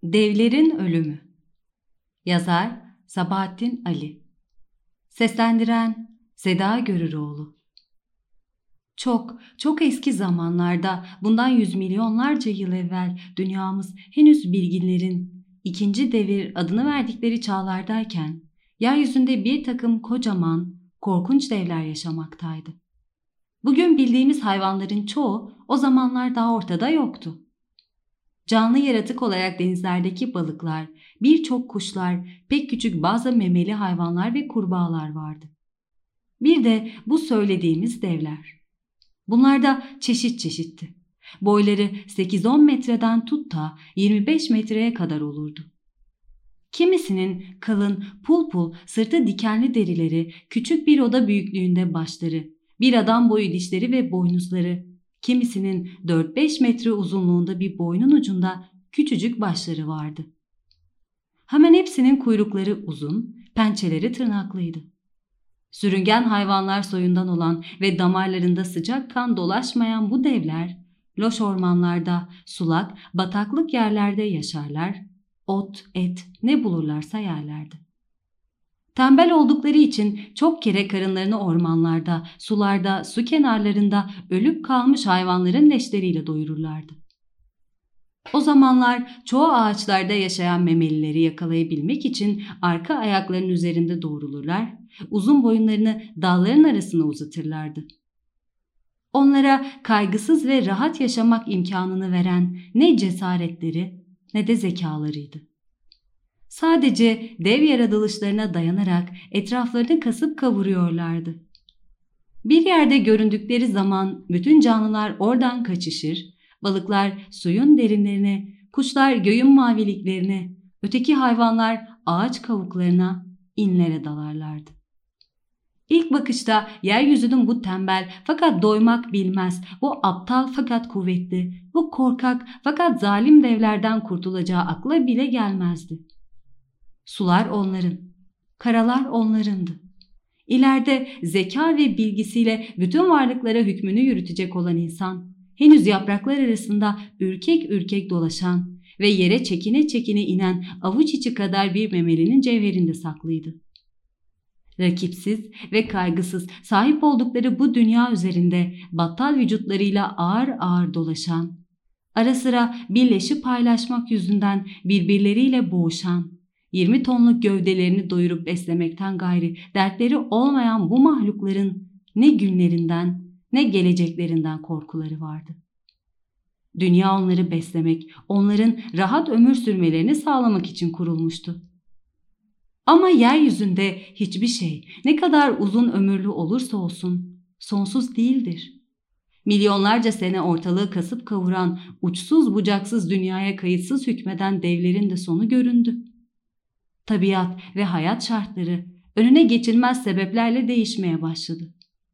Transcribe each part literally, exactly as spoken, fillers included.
Devlerin Ölümü. Yazar Sabahattin Ali. Seslendiren Seda Görüroğlu. Çok, çok eski zamanlarda, bundan yüz milyonlarca yıl evvel dünyamız henüz bilginlerin ikinci devir adını verdikleri çağlardayken, yeryüzünde bir takım kocaman, korkunç devler yaşamaktaydı. Bugün bildiğimiz hayvanların çoğu o zamanlar daha ortada yoktu. Canlı yaratık olarak denizlerdeki balıklar, birçok kuşlar, pek küçük bazı memeli hayvanlar ve kurbağalar vardı. Bir de bu söylediğimiz devler. Bunlar da çeşit çeşitti. Boyları sekiz on metreden tut da yirmi beş metreye kadar olurdu. Kimisinin kalın, pul pul, sırtı dikenli derileri, küçük bir oda büyüklüğünde başları, bir adam boyu dişleri ve boynuzları, kimisinin dört beş metre uzunluğunda bir boynun ucunda küçücük başları vardı. Hemen hepsinin kuyrukları uzun, pençeleri tırnaklıydı. Sürüngen hayvanlar soyundan olan ve damarlarında sıcak kan dolaşmayan bu devler, loş ormanlarda, sulak, bataklık yerlerde yaşarlar, ot, et ne bulurlarsa yerlerdi. Tembel oldukları için çok kere karınlarını ormanlarda, sularda, su kenarlarında ölüp kalmış hayvanların leşleriyle doyururlardı. O zamanlar çoğu ağaçlarda yaşayan memelileri yakalayabilmek için arka ayaklarının üzerinde doğrulurlar, uzun boyunlarını dalların arasına uzatırlardı. Onlara kaygısız ve rahat yaşamak imkanını veren ne cesaretleri ne de zekalarıydı. Sadece dev yaratılışlarına dayanarak etraflarını kasıp kavuruyorlardı. Bir yerde göründükleri zaman bütün canlılar oradan kaçışır, balıklar suyun derinlerine, kuşlar göğün maviliklerine, öteki hayvanlar ağaç kavuklarına, inlere dalarlardı. İlk bakışta yeryüzünün bu tembel fakat doymak bilmez, bu aptal fakat kuvvetli, bu korkak fakat zalim devlerden kurtulacağı akla bile gelmezdi. Sular onların, karalar onlarındı. İleride zeka ve bilgisiyle bütün varlıklara hükmünü yürütecek olan insan, henüz yapraklar arasında ürkek ürkek dolaşan ve yere çekine çekine inen avuç içi kadar bir memelinin cevherinde saklıydı. Rakipsiz ve kaygısız sahip oldukları bu dünya üzerinde battal vücutlarıyla ağır ağır dolaşan, ara sıra bir leşi paylaşmak yüzünden birbirleriyle boğuşan, yirmi tonluk gövdelerini doyurup beslemekten gayri dertleri olmayan bu mahlukların ne günlerinden ne geleceklerinden korkuları vardı. Dünya onları beslemek, onların rahat ömür sürmelerini sağlamak için kurulmuştu. Ama yeryüzünde hiçbir şey ne kadar uzun ömürlü olursa olsun sonsuz değildir. Milyonlarca sene ortalığı kasıp kavuran, uçsuz bucaksız dünyaya kayıtsız hükmeden devlerin de sonu göründü. Tabiat ve hayat şartları önüne geçilmez sebeplerle değişmeye başladı.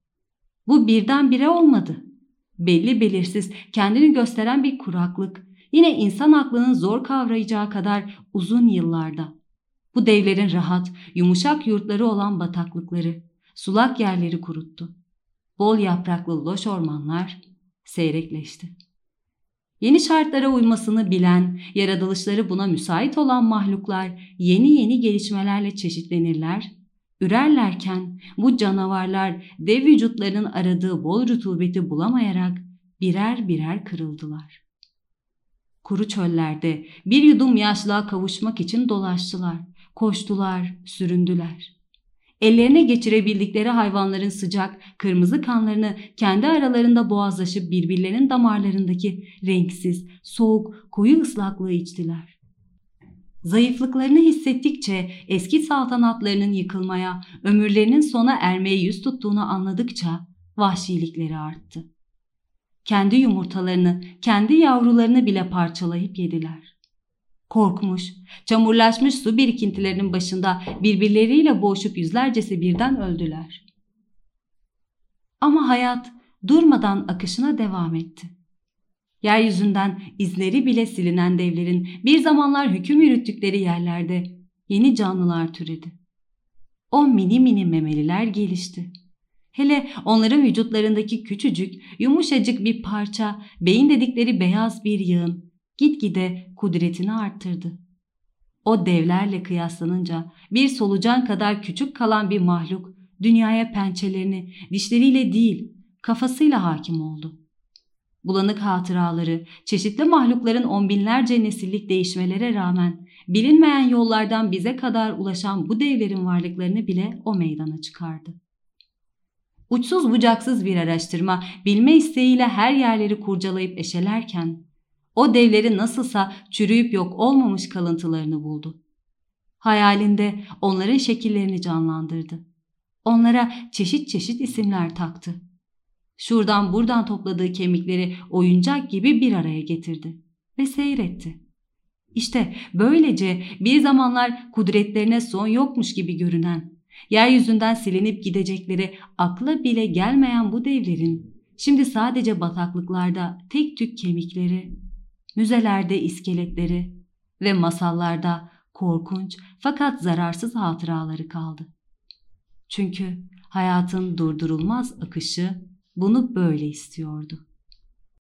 Bu birdenbire olmadı. Belli belirsiz kendini gösteren bir kuraklık, yine insan aklının zor kavrayacağı kadar uzun yıllarda. Bu devlerin rahat, yumuşak yurtları olan bataklıkları, sulak yerleri kuruttu. Bol yapraklı loş ormanlar seyrekleşti. Yeni şartlara uymasını bilen, yaratılışları buna müsait olan mahluklar yeni yeni gelişmelerle çeşitlenirler, ürerlerken bu canavarlar dev vücutlarının aradığı bol rutubeti bulamayarak birer birer kırıldılar. Kuru çöllerde bir yudum yaşlığa kavuşmak için dolaştılar, koştular, süründüler. Ellerine geçirebildikleri hayvanların sıcak, kırmızı kanlarını kendi aralarında boğazlaşıp birbirlerinin damarlarındaki renksiz, soğuk, koyu ıslaklığı içtiler. Zayıflıklarını hissettikçe, eski saltanatlarının yıkılmaya, ömürlerinin sona ermeye yüz tuttuğunu anladıkça vahşilikleri arttı. Kendi yumurtalarını, kendi yavrularını bile parçalayıp yediler. Korkmuş, çamurlaşmış su birikintilerinin başında birbirleriyle boğuşup yüzlercesi birden öldüler. Ama hayat durmadan akışına devam etti. Yeryüzünden izleri bile silinen devlerin bir zamanlar hüküm yürüttükleri yerlerde yeni canlılar türedi. O mini mini memeliler gelişti. Hele onların vücutlarındaki küçücük, yumuşacık bir parça, beyin dedikleri beyaz bir yağın, gitgide kudretini arttırdı. O devlerle kıyaslanınca bir solucan kadar küçük kalan bir mahluk dünyaya pençelerini dişleriyle değil kafasıyla hakim oldu. Bulanık hatıraları, çeşitli mahlukların on binlerce nesillik değişmelere rağmen bilinmeyen yollardan bize kadar ulaşan bu devlerin varlıklarını bile o meydana çıkardı. Uçsuz bucaksız bir araştırma, bilme isteğiyle her yerleri kurcalayıp eşelerken, o devleri nasılsa çürüyüp yok olmamış kalıntılarını buldu. Hayalinde onların şekillerini canlandırdı. Onlara çeşit çeşit isimler taktı. Şuradan buradan topladığı kemikleri oyuncak gibi bir araya getirdi ve seyretti. İşte böylece bir zamanlar kudretlerine son yokmuş gibi görünen, yeryüzünden silinip gidecekleri akla bile gelmeyen bu devlerin şimdi sadece bataklıklarda tek tük kemikleri, müzelerde iskeletleri ve masallarda korkunç fakat zararsız hatıraları kaldı. Çünkü hayatın durdurulmaz akışı bunu böyle istiyordu.